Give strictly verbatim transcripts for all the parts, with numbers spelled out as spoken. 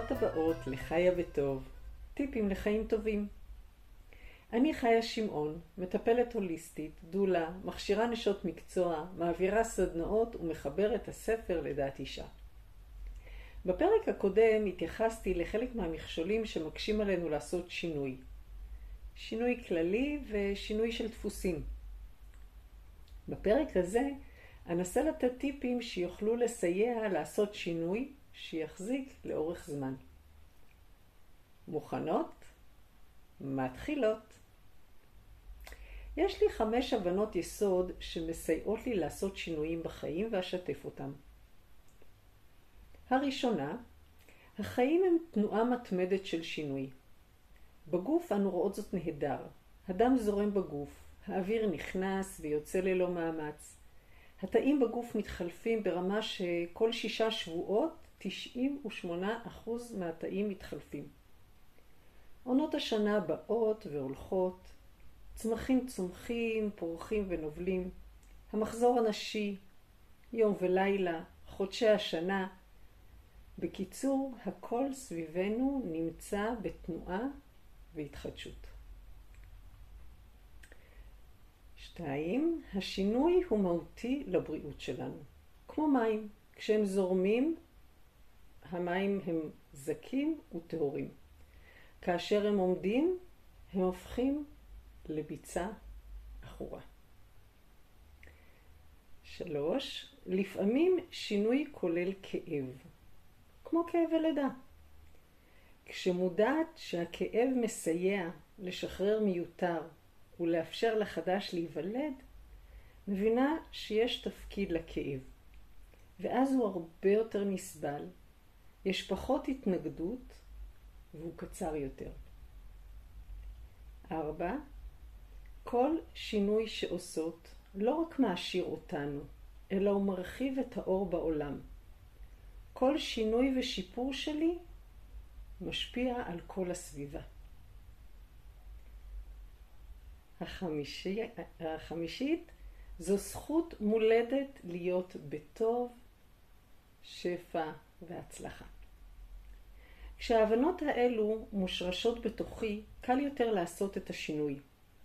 ברוכות הבאות לחיה וטוב, טיפים לחיים טובים. אני חיה שמעון, מטפלת הוליסטית, דולה, מכשירה נשות מקצוע, מעבירה סדנאות ומחברת הספר לדעת אישה. בפרק הקודם התייחסתי לחלק מהמכשולים שמקשים עלינו לעשות שינוי. שינוי כללי ושינוי של דפוסים. בפרק הזה אנסה לתת טיפים שיוכלו לסייע לעשות שינוי שיחזיק לאורך זמן. מוכנות? מתחילות. יש לי חמש הבנות יסוד שמסייעות לי לעשות שינויים בחיים ואשתף אותם. הראשונה, החיים הם תנועה מתמדת של שינוי. בגוף אנו רואות זאת נהדר. הדם זורם בגוף, האוויר נכנס ויוצא ללא מאמץ. התאים בגוף מתחלפים ברמה שכל שישה שבועות תשעים ושמונה אחוז מהתאים מתחלפים. עונות השנה באות והולכות, צמחים צומחים, פורחים ונובלים, המחזור הנשי, יום ולילה, חודשי השנה. בקיצור, הכל סביבנו נמצא בתנועה והתחדשות. שתיים, השינוי הוא מהותי לבריאות שלנו. כמו מים, כשהם זורמים, המים הם זקים וטהורים. כאשר הם עומדים, הם הופכים לביצה עכורה. שלוש, לפעמים שינוי כולל כאב, כמו כאב הלידה. כשמודעת שהכאב מסייע לשחרר מיותר ולאפשר לחדש להיוולד, מבינה שיש תפקיד לכאב, ואז הוא הרבה יותר נסבל, יש פחות התנגדות והוא קצר יותר. ארבע, כל שינוי שעושות לא רק מעשיר אותנו, אלא הוא מרחיב את האור בעולם. כל שינוי ושיפור שלי משפיע על כל הסביבה. החמישי, החמישית, זו זכות מולדת להיות בטוב, שפע והצלחה. כשההבנות האלו מושרשות בתוכי, קל יותר לעשות את השינוי.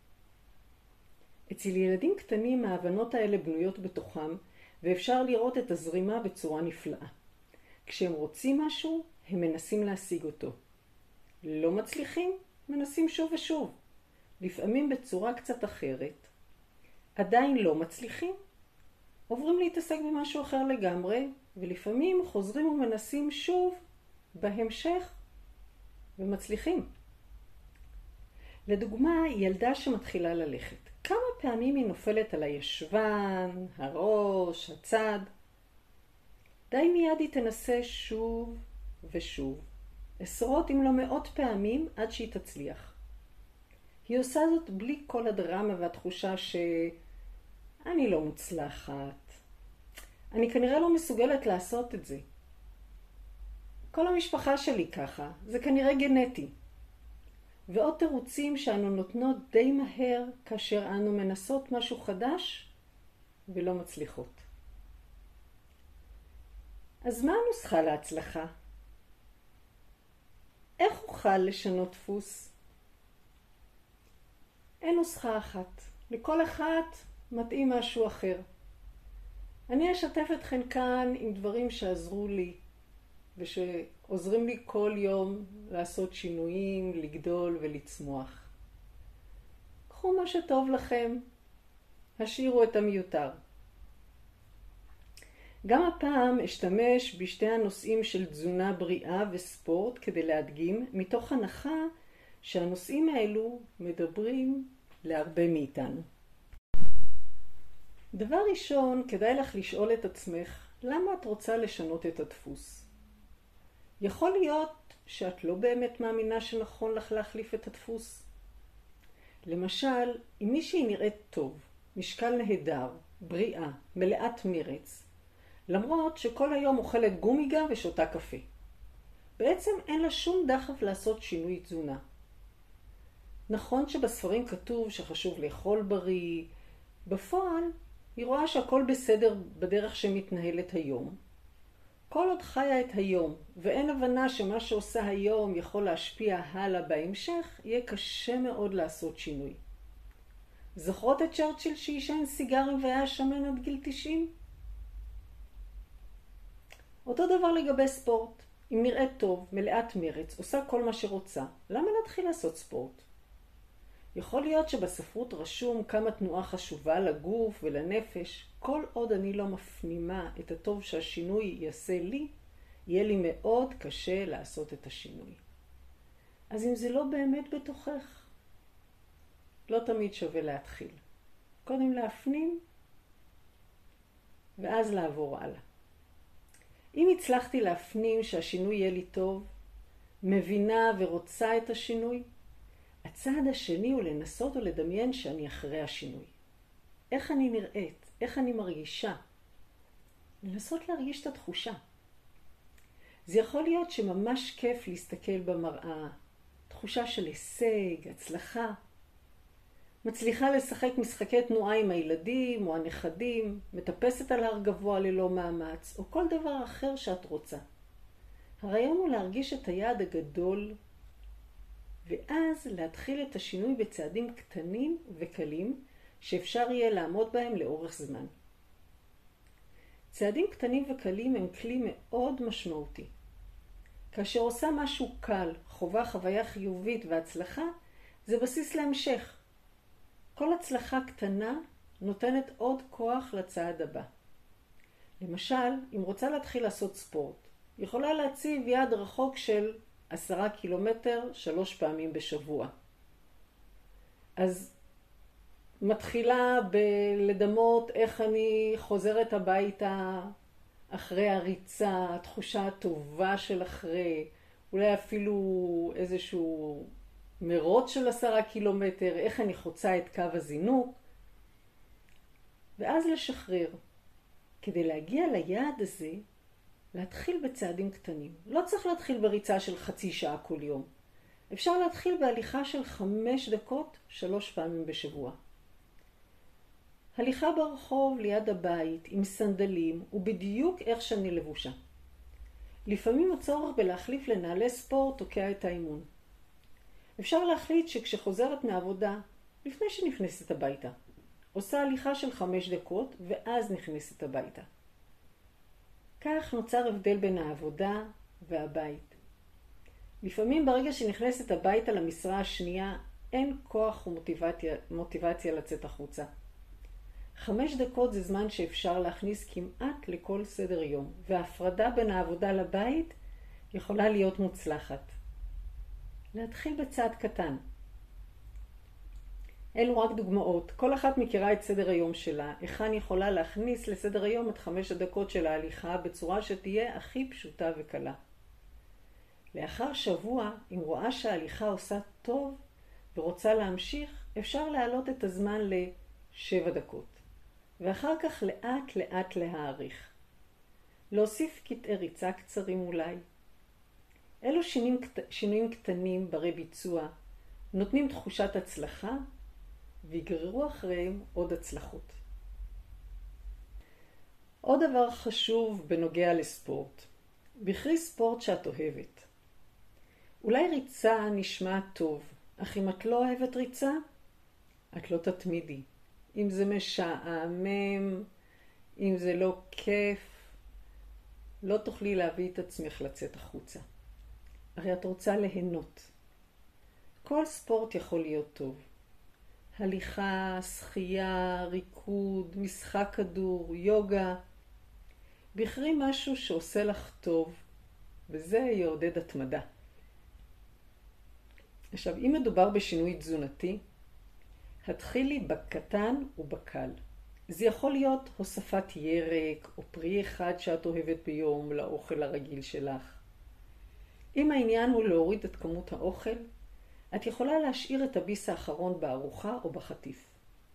אצל ילדים קטנים ההבנות האלה בנויות בתוכם, ואפשר לראות את הזרימה בצורה נפלאה. כשהם רוצים משהו, הם מנסים להשיג אותו. לא מצליחים, מנסים שוב ושוב. לפעמים בצורה קצת אחרת. עדיין לא מצליחים, עוברים להתעסק במשהו אחר לגמרי, ולפעמים חוזרים ומנסים שוב בהמשך ומצליחים. לדוגמה, ילדה שמתחילה ללכת. כמה פעמים היא נופלת על הישבן, הראש, הצד. די מיד היא תנסה שוב ושוב. עשרות אם לא מאות פעמים עד שהיא תצליח. היא עושה זאת בלי כל הדרמה והתחושה שאני לא מוצלחת. אני כנראה לא מסוגלת לעשות את זה. כל המשפחה שלי ככה, זה כנראה גנטי. ועוד תירוצים שאנו נותנות די מהר כאשר אנו מנסות משהו חדש ולא מצליחות. אז מה הנוסחה להצלחה? איך אוכל לשנות דפוס? אין נוסחה אחת. לכל אחת מתאים משהו אחר. אני אשתף אתכן כאן עם דברים שעזרו לי, ושעוזרים לי כל יום לעשות שינויים, לגדול ולצמוח. קחו מה שטוב לכם, השאירו את המיותר. גם הפעם אשתמש בשתי הנושאים של תזונה בריאה וספורט כדי להדגים, מתוך הנחה שהנושאים האלו מדברים להרבה מאיתנו. דבר ראשון, כדאי לך לשאול את עצמך, למה את רוצה לשנות את הדפוס? יכול להיות שאת לא באמת מאמינה שנכון לך להחליף את הדפוס? למשל, אם מישהי נראית טוב, משקל נהדר, בריאה, מלאת מרץ, למרות שכל היום אוכלת גומיגה ושותה קפה. בעצם אין לה שום דחף לעשות שינוי תזונה. נכון שבספרים כתוב שחשוב לאכול בריא, בפועל היא רואה שהכל בסדר בדרך שמתנהלת היום. כל עוד חיה את היום, ואין הבנה שמה שעושה היום יכול להשפיע הלאה בהמשך, יהיה קשה מאוד לעשות שינוי. זוכרות את צ'רצ'יל שעישן סיגרים והיה שמן עד גיל תשעים? אותו דבר לגבי ספורט. אם נראית טוב, מלאת מרץ, עושה כל מה שרוצה, למה להתחיל לעשות ספורט? יכול להיות שבספרות רשום כמה תנועה חשובה לגוף ולנפש. כל עוד אני לא מפנימה את הטוב שהשינוי יעשה לי, יהיה לי מאוד קשה לעשות את השינוי. אז אם זה לא באמת בתוכך, לא תמיד שווה להתחיל. קודם להפנים, ואז לעבור הלאה. אם הצלחתי להפנים שהשינוי יהיה לי טוב, מבינה ורוצה את השינוי, הצעד השני הוא לנסות ולדמיין שאני אחרי השינוי. איך אני נראית? איך אני מרגישה? לנסות להרגיש את התחושה. זה יכול להיות שממש כיף להסתכל במראה, תחושה של הישג, הצלחה. מצליחה לשחק משחקי תנועה עם הילדים או הנכדים, מטפסת על הר גבוה ללא מאמץ, או כל דבר אחר שאת רוצה. הרעיון הוא להרגיש את היעד הגדול, ואז להתחיל את השינוי בצעדים קטנים וקלים, שאפשר יהיה לעמוד בהם לאורך זמן. צעדים קטנים וקלים הם כלי מאוד משמעותי. כאשר עושה משהו קל, חובה חוויה חיובית והצלחה, זה בסיס להמשך. כל הצלחה קטנה נותנת עוד כוח לצעד הבא. למשל, אם רוצה להתחיל לעשות ספורט, יכולה להציב יעד רחוק של עשרה קילומטר שלוש פעמים בשבוע. אז מתחילה בלדמות איך אני חוזרת הביתה אחרי הריצה, התחושה הטובה של אחרי, אולי אפילו איזשהו מרוץ של עשרה קילומטר, איך אני חוצה את קו הזינוק, ואז לשחרר. כדי להגיע ליעד הזה, להתחיל בצעדים קטנים. לא צריך להתחיל בריצה של חצי שעה כל יום. אפשר להתחיל בהליכה של חמש דקות, שלוש פעמים בשבוע. הליכה ברחוב ליד הבית עם סנדלים הוא בדיוק איך שאני לבושה. לפעמים הצורך בלהחליף לנעלי ספורט תוקע את האימון. אפשר להחליט שכשחוזרת מעבודה, לפני שנכנסת הביתה, עושה הליכה של חמש דקות ואז נכנסת הביתה. כך נוצר הבדל בין העבודה והבית. לפעמים ברגע שנכנסת הביתה למשרה השנייה, אין כוח ומוטיבציה מוטיבציה לצאת החוצה. חמש דקות זה זמן שאפשר להכניס כמעט לכל סדר יום, וההפרדה בין העבודה לבית יכולה להיות מוצלחת. להתחיל בצעד קטן. אלו רק דוגמאות. כל אחת מכירה את סדר היום שלה. היכן יכולה להכניס לסדר היום את חמש הדקות של ההליכה בצורה שתהיה הכי פשוטה וקלה. לאחר שבוע, אם רואה שההליכה עושה טוב ורוצה להמשיך, אפשר להעלות את הזמן לשבע דקות. ואחר כך לאט לאט להאריך. להוסיף קטעי ריצה קצרים אולי. אלו שינויים, שינויים קטנים ברי ביצוע, נותנים תחושת הצלחה, ויגררו אחריהם עוד הצלחות. עוד דבר חשוב בנוגע לספורט. בחרי ספורט שאת אוהבת. אולי ריצה נשמע טוב, אך אם את לא אוהבת ריצה, את לא תתמידי. אם זה משעמם, אם זה לא כיף, לא תוכלי להביא את עצמך לצאת החוצה. הרי את רוצה ליהנות. כל ספורט יכול להיות טוב. הליכה, שחייה, ריקוד, משחק כדור, יוגה. בחרי משהו שעושה לך טוב, וזה יעודד התמדה. עכשיו, אם מדובר בשינוי תזונתי, התחילי בקטן ובקל. זה יכול להיות הוספת ירק או פרי אחד שאת אוהבת ביום לאוכל הרגיל שלך. אם העניין הוא להוריד את כמות האוכל, את יכולה להשאיר את הביס האחרון בארוחה או בחטיף.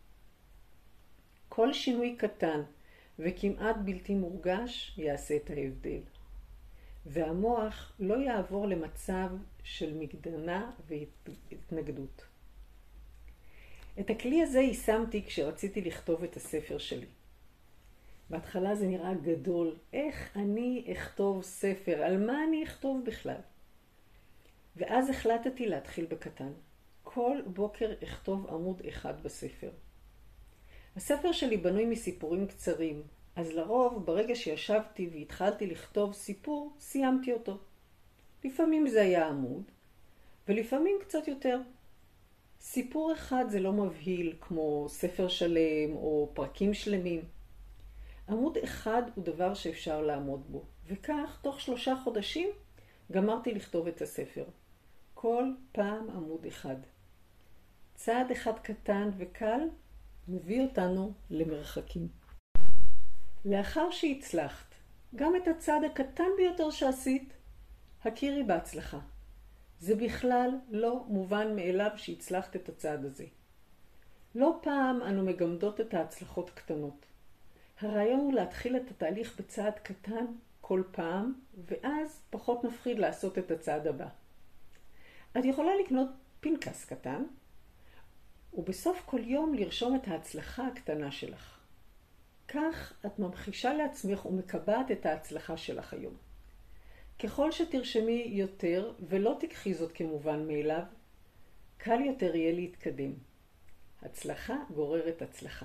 כל שינוי קטן וכמעט בלתי מורגש יעשה את ההבדל. והמוח לא יעבור למצב של מגדנה והתנגדות. את הכלי הזה יישמתי כשרציתי לכתוב את הספר שלי. בהתחלה זה נראה גדול. איך אני אכתוב ספר? על מה אני אכתוב בכלל? ואז החלטתי להתחיל בקטן. כל בוקר אכתוב עמוד אחד בספר. הספר שלי בנוי מסיפורים קצרים, אז לרוב ברגע שישבתי והתחלתי לכתוב סיפור, סיימתי אותו. לפעמים זה היה עמוד, ולפעמים קצת יותר. סיפור אחד זה לא מבהיל כמו ספר שלם או פרקים שלמים. עמוד אחד הוא דבר שאפשר לעמוד בו, וכך תוך שלושה חודשים גמרתי לכתוב את הספר. כל פעם עמוד אחד. צעד אחד קטן וקל מביא אותנו למרחקים. לאחר שהצלחת, גם את הצעד הקטן ביותר שעשית, הכירי בהצלחה. זה בכלל לא מובן מאליו שהצלחת את הצעד הזה. לא פעם אנו מגמדות את ההצלחות קטנות. הרעיון הוא להתחיל את התהליך בצעד קטן כל פעם, ואז פחות מפחיד לעשות את הצעד הבא. את יכולה לקנות פנקס קטן, ובסוף כל יום לרשום את ההצלחה הקטנה שלך. כך את ממחישה לעצמך ומקבעת את ההצלחה שלך היום. ככל שתרשמי יותר ולא תקחי זאת כמובן מאליו, קל יותר יהיה להתקדם. הצלחה גוררת הצלחה.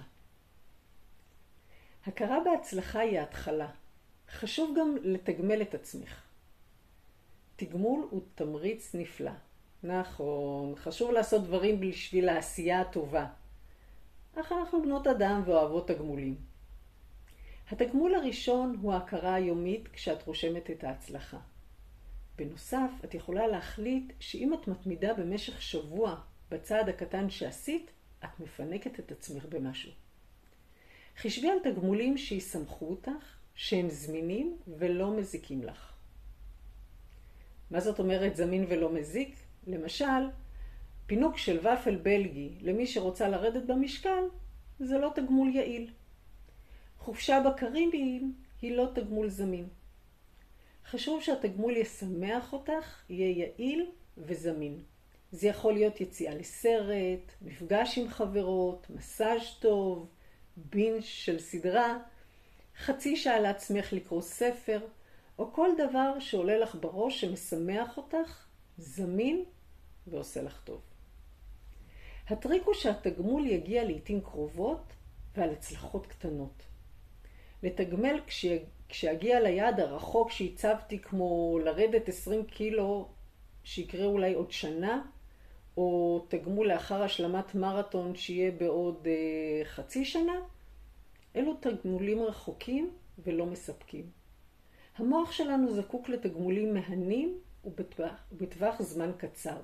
הכרה בהצלחה היא ההתחלה. חשוב גם לתגמל את עצמך. תגמול הוא תמריץ נפלא. נכון, חשוב לעשות דברים בשביל העשייה הטובה. אך אנחנו בנות אדם ואוהבות תגמולים. התגמול הראשון הוא ההכרה היומית כשאת רושמת את ההצלחה. בנוסף, את יכולה להחליט שאם את מתמידה במשך שבוע בצעד הקטן שעשית, את מפנקת את עצמך במשהו. חשבי על תגמולים שיסמכו אותך, שהם זמינים ולא מזיקים לך. מה זאת אומרת זמין ולא מזיק? למשל, פינוק של ופל בלגי למי שרוצה לרדת במשקל, זה לא תגמול יעיל. חופשה בקריביים היא לא תגמול זמין. חשוב שהתגמול ישמח אותך, יהיה יעיל וזמין. זה יכול להיות יציאה לסרט, מפגש עם חברות, מסאז' טוב, בינג' של סדרה, חצי שעה לעצמך לקרוא ספר, או כל דבר שעולה לך בראש שמשמח אותך, זמין ועושה לך טוב. הטריק הוא שהתגמול יגיע לעתים קרובות ועל הצלחות קטנות. לתגמל כשיגיע ליעד הרחוק שהצבתי כמו לרדת עשרים קילו שיקרה אולי עוד שנה, או תגמול לאחר השלמת מרתון שיהיה בעוד אה, חצי שנה, אלו תגמולים רחוקים ולא מספקים. המוח שלנו זקוק לתגמולים מהנים ובטווח, ובטווח זמן קצר.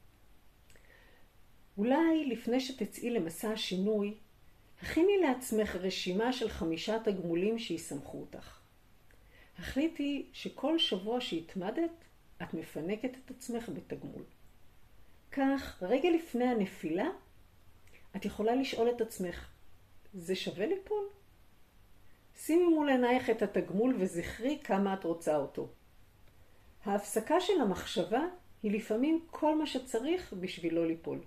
אולי לפני שתצאי למסע השינוי, הכיני לעצמך רשימה של חמישה תגמולים שיסמכו אותך. החליטי שכל שבוע שהתמדת, את מפנקת את עצמך בתגמול. כך, רגע לפני הנפילה, את יכולה לשאול את עצמך, זה שווה ליפול? שימי מול עינייך את התגמול וזכרי כמה את רוצה אותו. ההפסקה של המחשבה היא לפעמים כל מה שצריך בשביל לא ליפול.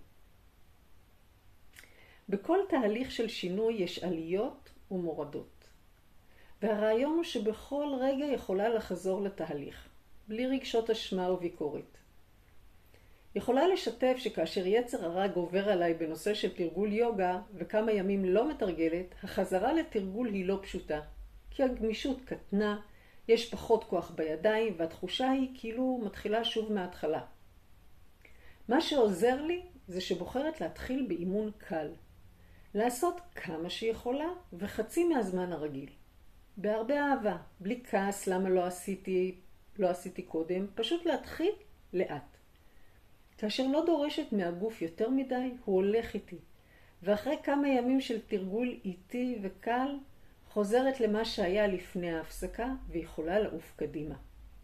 בכל תהליך של שינוי יש עליות ומורדות. והרעיון הוא שבכל רגע יכולה לחזור לתהליך, בלי רגשות אשמה וביקורת. יכולה לשתף שכאשר יצר הרע גובר עליי בנושא של תרגול יוגה וכמה ימים לא מתרגלת, החזרה לתרגול היא לא פשוטה. כי הגמישות קטנה, יש פחות כוח בידיים והתחושה היא כאילו מתחילה שוב מההתחלה. מה שעוזר לי זה שבוחרת להתחיל באימון קל. לעשות כמה שיכולה וחצי מהזמן הרגיל. בהרבה אהבה, בלי כעס למה לא עשיתי, לא עשיתי קודם, פשוט להתחיל לאט. כאשר לא דורשת מהגוף יותר מדי, הוא הולך איתי. ואחרי כמה ימים של תרגול איטי וקל, חוזרת למה שהיה לפני ההפסקה ויכולה לעוף קדימה.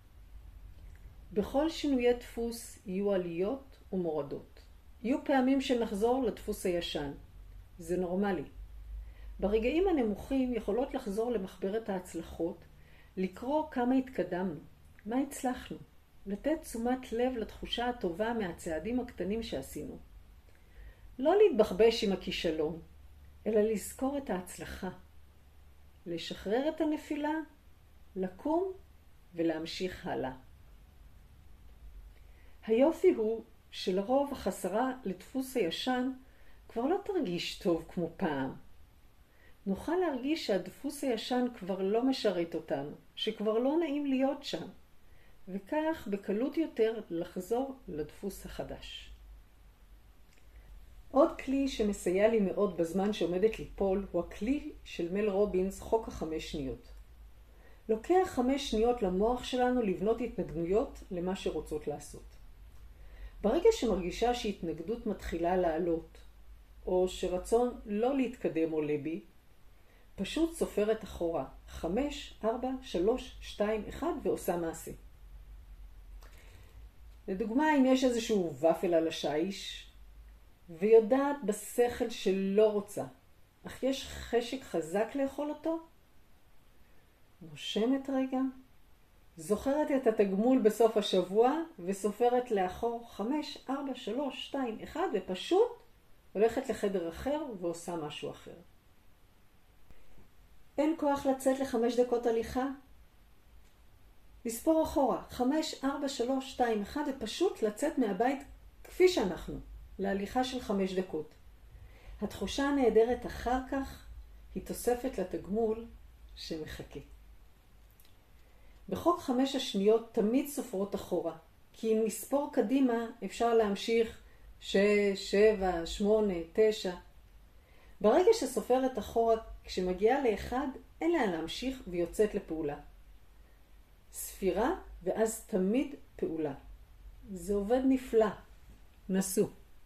בכל שינויי דפוס יהיו עליות ומורדות. יהיו פעמים שנחזור לדפוס הישן. זה נורמלי. ברגעים הנמוכים יכולות לחזור למחברת ההצלחות, לקרוא כמה התקדמנו, מה הצלחנו, לתת תשומת לב לתחושה הטובה מהצעדים הקטנים שעשינו. לא להתבחבש עם הכישלון, אלא לזכור את ההצלחה. לשחרר את הנפילה, לקום ולהמשיך הלאה. היופי הוא שלרוב החזרה לדפוס הישן כבר לא תרגיש טוב כמו פעם. נוכל להרגיש שהדפוס הישן כבר לא משרת אותנו, שכבר לא נעים להיות שם, וכך בקלות יותר לחזור לדפוס החדש. עוד כלי שמסייע לי מאוד בזמן שעומדת ליפול הוא הכלי של מל רובינס, חוק החמש שניות. לוקח חמש שניות למוח שלנו לבנות התנגדויות למה שרוצות לעשות. ברגע שמרגישה שהתנגדות מתחילה לעלות, או שרצון לא להתקדם עולה בי, פשוט סופרת אחורה, חמש, ארבע, שלוש, שתיים, אחד ועושה מעשה. לדוגמה, אם יש איזשהו ופל על השיש, ויודעת בשכל שלא רוצה, אך יש חשק חזק לאכול אותו, נושמת רגע, זוכרת את התגמול בסוף השבוע וסופרת לאחור חמש, ארבע, שלוש, שתיים, אחד ופשוט הולכת לחדר אחר ועושה משהו אחר. אין כוח לצאת לחמש דקות הליכה? לספור אחורה, חמש, ארבע, שלוש, שתיים, אחד ופשוט לצאת מהבית כפי שאנחנו, להליכה של חמש דקות. התחושה הנהדרת אחר כך היא תוספת לתגמול שמחכה. בחוק חמש השניות תמיד סופרות אחורה, כי אם נספור קדימה אפשר להמשיך שש, שבע, שמונה, תשע. ברגע שסופרת אחורה, כשמגיעה לאחד, אין לה להמשיך ויוצאת לפעולה. ספירה ואז תמיד פעולה. זה עובד נפלא. נסו.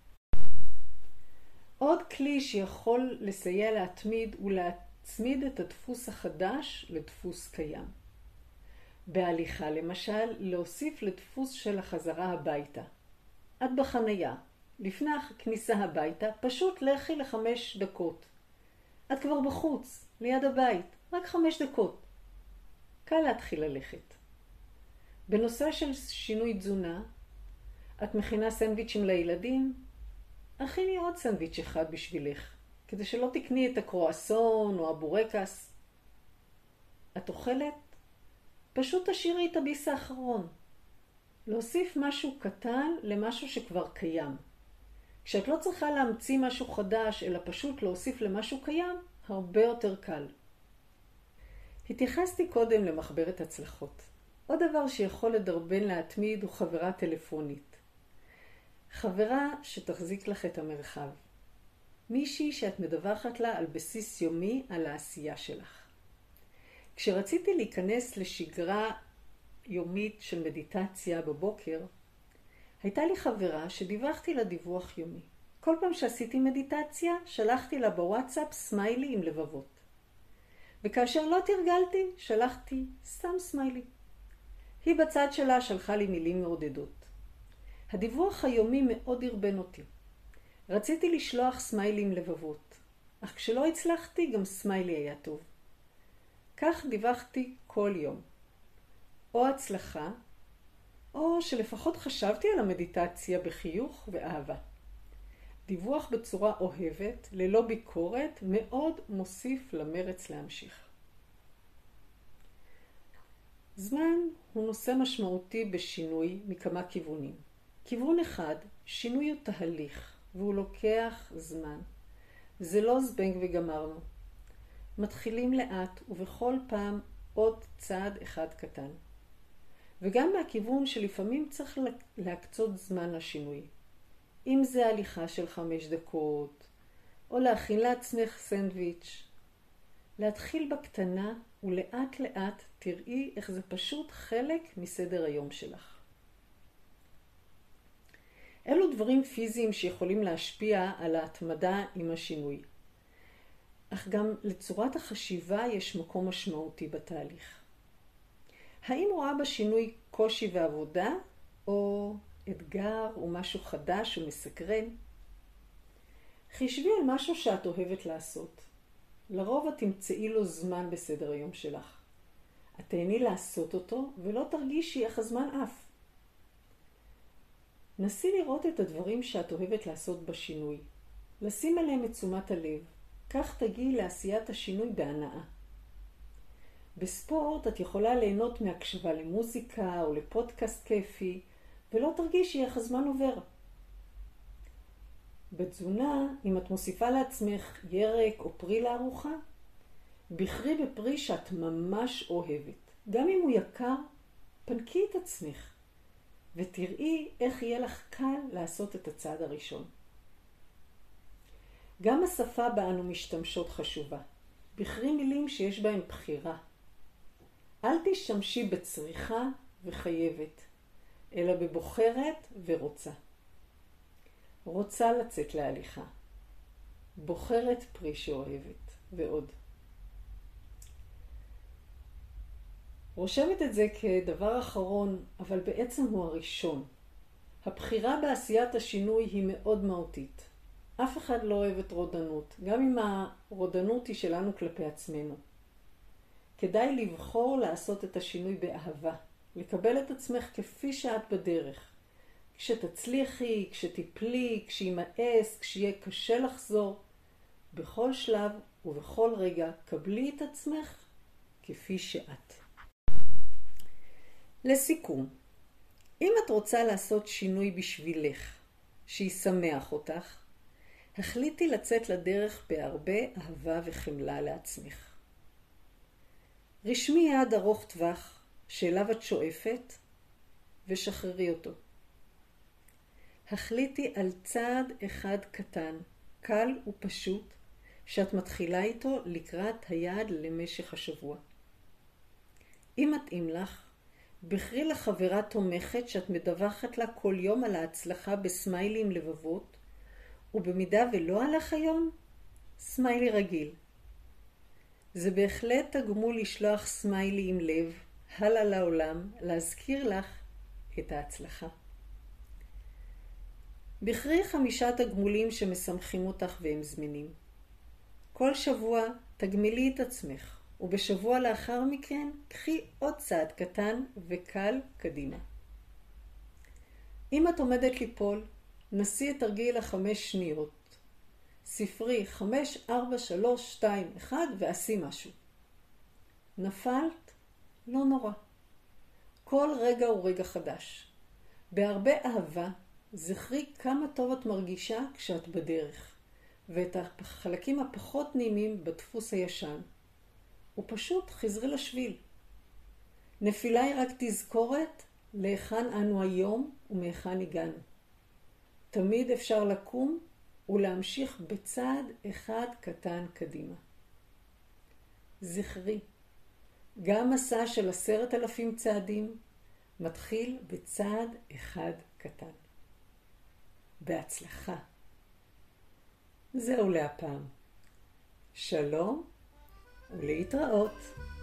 עוד כלי שיכול לסייע להתמיד הוא להצמיד את הדפוס החדש לדפוס קיים. בהליכה למשל, להוסיף לדפוס של החזרה הביתה. את בחנייה, לפני הכניסה הביתה, פשוט לכי לחמש דקות. את כבר בחוץ, ליד הבית, רק חמש דקות. קל להתחיל ללכת. בנושא של שינוי תזונה, את מכינה סנדוויצ'ים לילדים? הכיני עוד סנדוויץ' אחד בשבילך, כדי שלא תקני את הקרואסון או הבורקס. את אוכלת? פשוט תשאירי את הביס האחרון. להוסיף משהו קטן למשהו שכבר קיים. כשאת לא צריכה להמציא משהו חדש, אלא פשוט להוסיף למשהו קיים, הרבה יותר קל. התייחסתי קודם למחברת הצלחות. עוד דבר שיכול לדרבן להתמיד הוא חברה טלפונית. חברה שתחזיק לך את המרחב. מישהי שאת מדווחת לה על בסיס יומי על העשייה שלך. כשרציתי להיכנס לשגרה יומית של מדיטציה בבוקר, הייתה לי חברה שדיווחתי לה דיווח יומי. כל פעם שעשיתי מדיטציה, שלחתי לה בוואטסאפ סמיילי עם לבבות. וכאשר לא תרגלתי, שלחתי סתם סמיילי. היא בצד שלה שלחה לי מילים מעודדות. הדיווח היומי מאוד הרבן אותי. רציתי לשלוח סמיילי עם לבבות, אך כשלא הצלחתי, גם סמיילי היה טוב. כך דיווחתי כל יום. או הצלחה, או שלפחות חשבתי על המדיטציה בחיוך ואהבה. דיווח בצורה אוהבת, ללא ביקורת, מאוד מוסיף למרץ להמשיך. זמן הוא נושא משמעותי בשינוי מכמה כיוונים. כיוון אחד, שינוי הוא תהליך, והוא לוקח זמן. זה לא זבנג וגמרנו. מתחילים לאט ובכל פעם עוד צעד אחד קטן. וגם מהכיוון שלפעמים צריך להקצות זמן לשינוי. אם זה הליכה של חמש דקות, או להכין לעצמך סנדוויץ'. להתחיל בקטנה ולאט לאט תראי איך זה פשוט חלק מסדר היום שלך. אלו דברים פיזיים שיכולים להשפיע על ההתמדה עם השינוי. אך גם לצורת החשיבה יש מקום משמעותי בתהליך. האם רואה בשינוי קושי ועבודה, או אתגר או משהו חדש ומסקרן? חישבי על משהו שאת אוהבת לעשות. לרוב את תמצאי לו זמן בסדר היום שלך. את תהני לעשות אותו ולא תרגישי איך הזמן עף. נסי לראות את הדברים שאת אוהבת לעשות בשינוי. לשים עליהם את תשומת הלב. כך תגיעי לעשיית השינוי בהנאה. בספורט את יכולה ליהנות מהקשבה למוזיקה או לפודקאסט כיפי, ולא תרגישי איך הזמן עובר. בתזונה, אם את מוסיפה לעצמך ירק או פרי לארוחה, בחרי בפרי שאת ממש אוהבת. גם אם הוא יקר, פנקי את עצמך, ותראי איך יהיה לך קל לעשות את הצעד הראשון. גם השפה בה אנו משתמשות חשובה. בחרי מילים שיש בהן בחירה. אל תשתמשי בצריכה וחייבת, אלא בבוחרת ורוצה. רוצה לצאת להליכה. בוחרת פרי שאוהבת, ועוד. רושמת את זה כדבר אחרון, אבל בעצם הוא הראשון. הבחירה בעשיית השינוי היא מאוד מהותית. אף אחד לא אוהב את רודנות, גם אם הרודנות היא שלנו כלפי עצמנו. כדאי לבחור לעשות את השינוי באהבה, לקבל את עצמך כפי שאת בדרך. כשתצליחי, כשתיפלי, כשימאס, כשיהיה קשה לחזור, בכל שלב ובכל רגע קבלי את עצמך כפי שאת. לסיכום, אם את רוצה לעשות שינוי בשבילך, שישמח אותך, החליטי לצאת לדרך בהרבה אהבה וחמלה לעצמך. רשמי יעד ארוך טווח שאליו את שואפת ושחררי אותו. החליטי על צעד אחד קטן, קל ופשוט, שאת מתחילה איתו לקראת היעד למשך השבוע. אם מתאים לך, בחרי לחברה תומכת שאת מדווחת לה כל יום על ההצלחה בסמיילים לבבות, ובמידה ולא הלך היום, סמיילי רגיל. זה בהחלט תגמול לשלוח סמיילי עם לב, הלאה לעולם, להזכיר לך את ההצלחה. בחרי חמישה תגמולים שמשמחים אותך והם זמינים. כל שבוע תגמילי את עצמך, ובשבוע לאחר מכן קחי עוד צעד קטן וקל קדימה. אם את עומדת ליפול, נסי את תרגיל החמש שניות. ספרי חמש, ארבע, שלוש, שתיים, אחד ועשי משהו. נפלת? לא נורא. כל רגע הוא רגע חדש. בהרבה אהבה, זכרי כמה טוב את מרגישה כשאת בדרך, ואת החלקים הפחות נעימים בדפוס הישן. ופשוט חזרי לשביל. נפילה היא רק תזכורת להיכן אנו היום ומהיכן הגענו. תמיד אפשר לקום ולהמשיך בצעד אחד קטן קדימה. זכרי, גם מסע של עשרת אלפים צעדים מתחיל בצעד אחד קטן. בהצלחה. זהו להפעם. שלום ולהתראות.